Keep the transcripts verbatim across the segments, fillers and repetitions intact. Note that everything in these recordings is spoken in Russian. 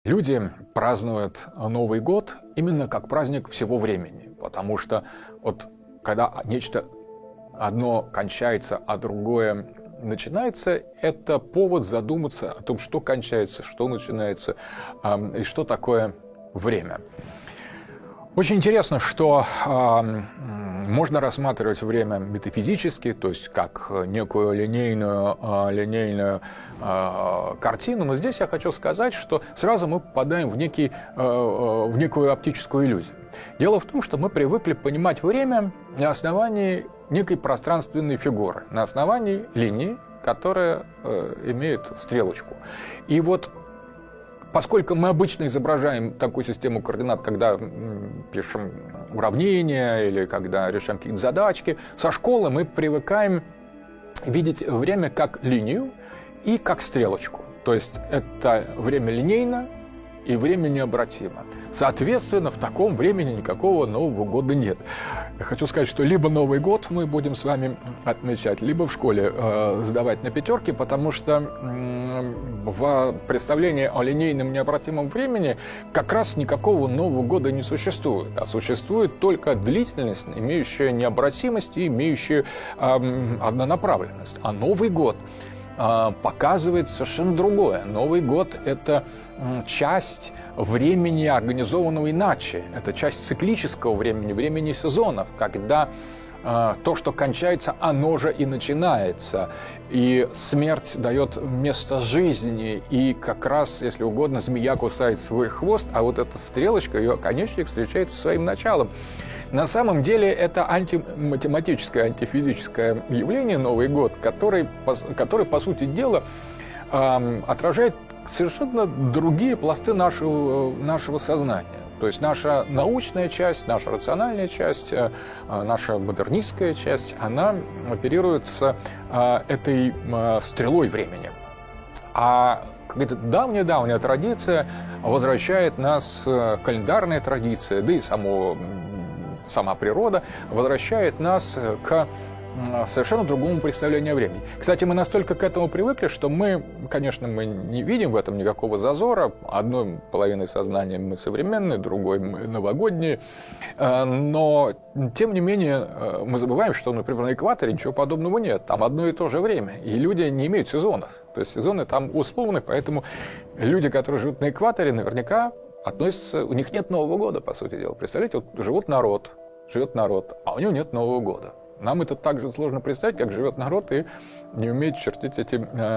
Люди празднуют Новый год именно как праздник всего времени, потому что вот когда нечто одно кончается, а другое начинается, это повод задуматься о том, что кончается, что начинается и что такое время. Очень интересно, что э, можно рассматривать время метафизически, то есть как некую линейную, э, линейную э, картину, но здесь я хочу сказать, что сразу мы попадаем в, некий, э, в некую оптическую иллюзию. Дело в том, что мы привыкли понимать время на основании некой пространственной фигуры, на основании линии, которая э, имеет стрелочку. И вот поскольку мы обычно изображаем такую систему координат, когда пишем уравнения или когда решаем какие-то задачки, со школы мы привыкаем видеть время как линию и как стрелочку. То есть это время линейно и время необратимо. Соответственно, в таком времени никакого Нового года нет. Я хочу сказать, что либо Новый год мы будем с вами отмечать, либо в школе э, сдавать на пятерки, потому что э, в представлении о линейном необратимом времени как раз никакого Нового года не существует, а существует только длительность, имеющая необратимость и имеющая э, однонаправленность. А Новый год показывает совершенно другое. Новый год – это часть времени, организованного иначе. Это часть циклического времени, времени сезонов, когда э, то, что кончается, оно же и начинается. И смерть дает место жизни. И как раз, если угодно, змея кусает свой хвост, а вот эта стрелочка, ее конечник, встречается со своим началом. На самом деле это антиматематическое, антифизическое явление Новый год, который, который по сути дела, э, отражает совершенно другие пласты нашего, нашего сознания. То есть наша научная часть, наша рациональная часть, э, наша модернистская часть, она оперирует с э, этой э, стрелой времени. А какая-то давняя-давняя традиция возвращает нас, э, календарная традиция, да и само сама природа возвращает нас к совершенно другому представлению о времени. Кстати, мы настолько к этому привыкли, что мы, конечно, мы не видим в этом никакого зазора. Одной половиной сознания мы современные, другой мы новогодние. Но, тем не менее, мы забываем, что, например, на экваторе ничего подобного нет. Там одно и то же время. И люди не имеют сезонов. То есть сезоны там условны, поэтому люди, которые живут на экваторе, наверняка относятся... У них нет Нового года, по сути дела. Представляете, вот живут народ, живет народ, а у него нет Нового года. Нам это так же сложно представить, как живет народ и не умеет чертить эти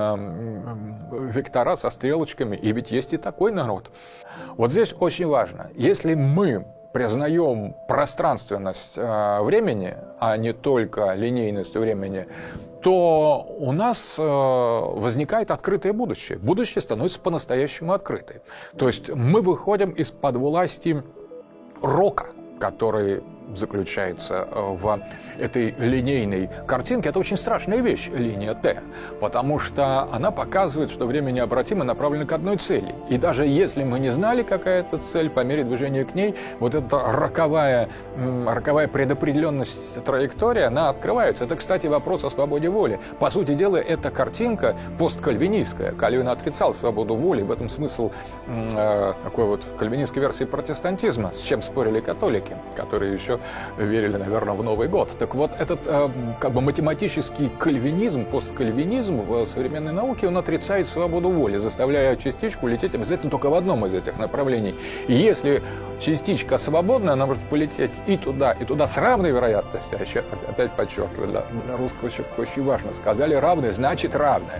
э, вектора со стрелочками. И ведь есть и такой народ. Вот здесь очень важно. Если мы признаем пространственность э, времени, а не только линейность времени, то у нас э, возникает открытое будущее. Будущее становится по-настоящему открытым. То есть мы выходим из-под власти рока, который заключается в этой линейной картинке. Это очень страшная вещь, линия Т, потому что она показывает, что время необратимо направлено к одной цели. И даже если мы не знали, какая это цель, по мере движения к ней, вот эта роковая, роковая предопределенность траектории, она открывается. Это, кстати, вопрос о свободе воли. По сути дела, эта картинка посткальвинистская. Кальвин отрицал свободу воли. В этом смысл э, такой вот кальвинистской версии протестантизма, с чем спорили католики, которые еще верили, наверное, в Новый год. Так вот, этот э, как бы математический кальвинизм, посткальвинизм в современной науке, он отрицает свободу воли, заставляя частичку лететь обязательно только в одном из этих направлений. И если частичка свободная, она может полететь и туда, и туда с равной вероятностью. Я опять подчеркиваю, для, для русского человека очень важно. Сказали равное, значит равное.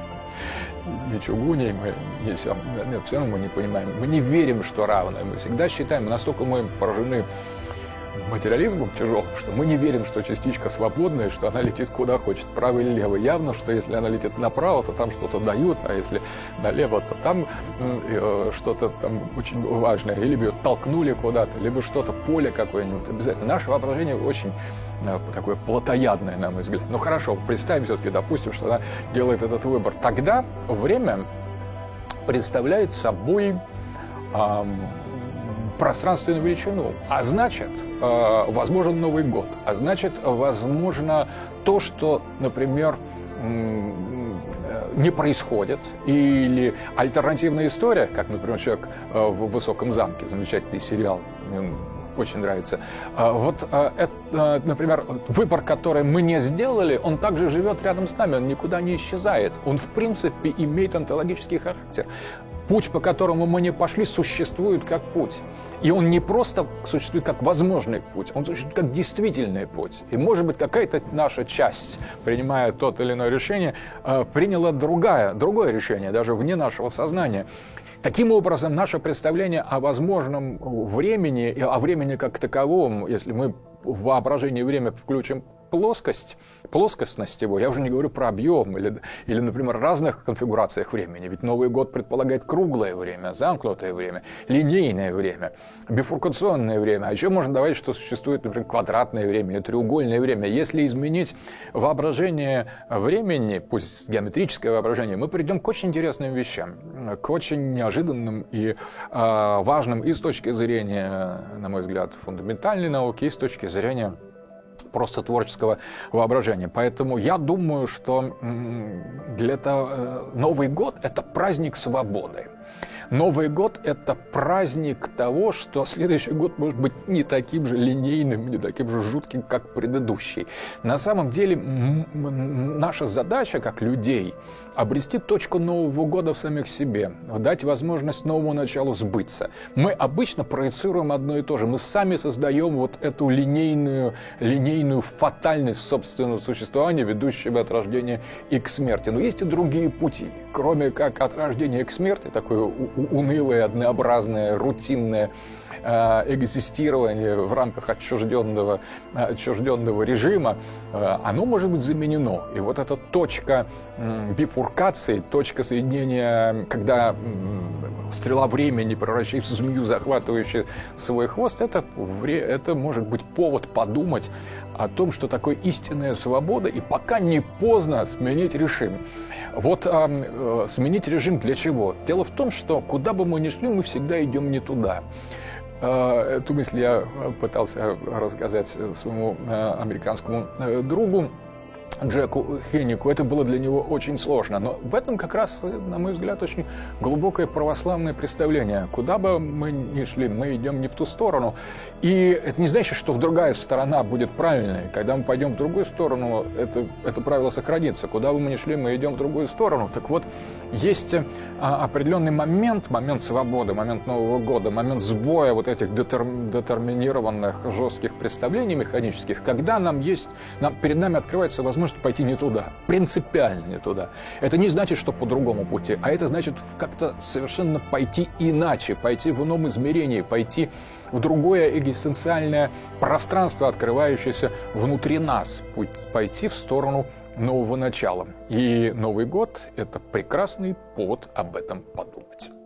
Не чугуней мы несем, нет, все равно мы не понимаем. Мы не верим, что равное. Мы всегда считаем, настолько мы поражены материализмом тяжелым, что мы не верим, что частичка свободная, что она летит куда хочет, право или лево. Явно, что если она летит направо, то там что-то дают, а если налево, то там э, что-то там очень важное. Или либо ее толкнули куда-то, либо что-то, поле какое-нибудь. Обязательно. Наше воображение очень э, такое плотоядное, на мой взгляд. Ну хорошо, представим все-таки, допустим, что она делает этот выбор. Тогда время представляет собой э, пространственную величину, а значит, э, возможен Новый год, а значит, возможно то, что, например, не происходит, или альтернативная история, как, например, «Человек в высоком замке», замечательный сериал, мне очень нравится. Вот, это, например, выбор, который мы не сделали, он также живет рядом с нами, он никуда не исчезает. Он, в принципе, имеет онтологический характер. Путь, по которому мы не пошли, существует как путь. И он не просто существует как возможный путь, он существует как действительный путь. И, может быть, какая-то наша часть, принимая тот или иное решение, приняла другое, другое решение, даже вне нашего сознания. Таким образом, наше представление о возможном времени и о времени как таковом, если мы в воображении время включим плоскость, плоскостность его, я уже не говорю про объем или, или, например, разных конфигурациях времени, ведь Новый год предполагает круглое время, замкнутое время, линейное время, бифуркационное время, а еще можно добавить, что существует, например, квадратное время или треугольное время. Если изменить воображение времени, пусть геометрическое воображение, мы придем к очень интересным вещам, к очень неожиданным и э, важным и с точки зрения, на мой взгляд, фундаментальной науки, и с точки зрения просто творческого воображения. Поэтому я думаю, что для этого Новый год – это праздник свободы. Новый год – это праздник того, что следующий год может быть не таким же линейным, не таким же жутким, как предыдущий. На самом деле наша задача, как людей, обрести точку Нового года в самих себе, дать возможность новому началу сбыться. Мы обычно проецируем одно и то же. Мы сами создаем вот эту линейную, линейную фатальность собственного существования, ведущего от рождения и к смерти. Но есть и другие пути. Кроме как от рождения к смерти, такое унылое, однообразное, рутинное экзистирование в рамках отчужденного, отчужденного режима, оно может быть заменено. И вот эта точка бифуркации, точка соединения, когда стрела времени превращается в змею, захватывающую свой хвост, это, это может быть повод подумать о том, что такое истинная свобода, и пока не поздно сменить режим. Вот э, сменить режим для чего? Дело в том, что куда бы мы ни шли, мы всегда идем не туда. Э, эту мысль я пытался рассказать своему э, американскому э, другу Джеку Хеннику. Это было для него очень сложно. Но в этом как раз, на мой взгляд, очень глубокое православное представление. Куда бы мы ни шли, мы идем не в ту сторону. И это не значит, что другая сторона будет правильной. Когда мы пойдем в другую сторону, это, это правило сохранится. Куда бы мы ни шли, мы идем в другую сторону. Так вот, есть а, определенный момент, момент свободы, момент Нового года, момент сбоя вот этих детер, детерминированных жестких представлений механических, когда нам есть, нам, перед нами открывается возможность пойти не туда, принципиально не туда. Это не значит, что по другому пути, а это значит как-то совершенно пойти иначе, пойти в ином измерении, пойти в другое экзистенциальное пространство, открывающееся внутри нас, пойти в сторону нового начала. И Новый год – это прекрасный повод об этом подумать.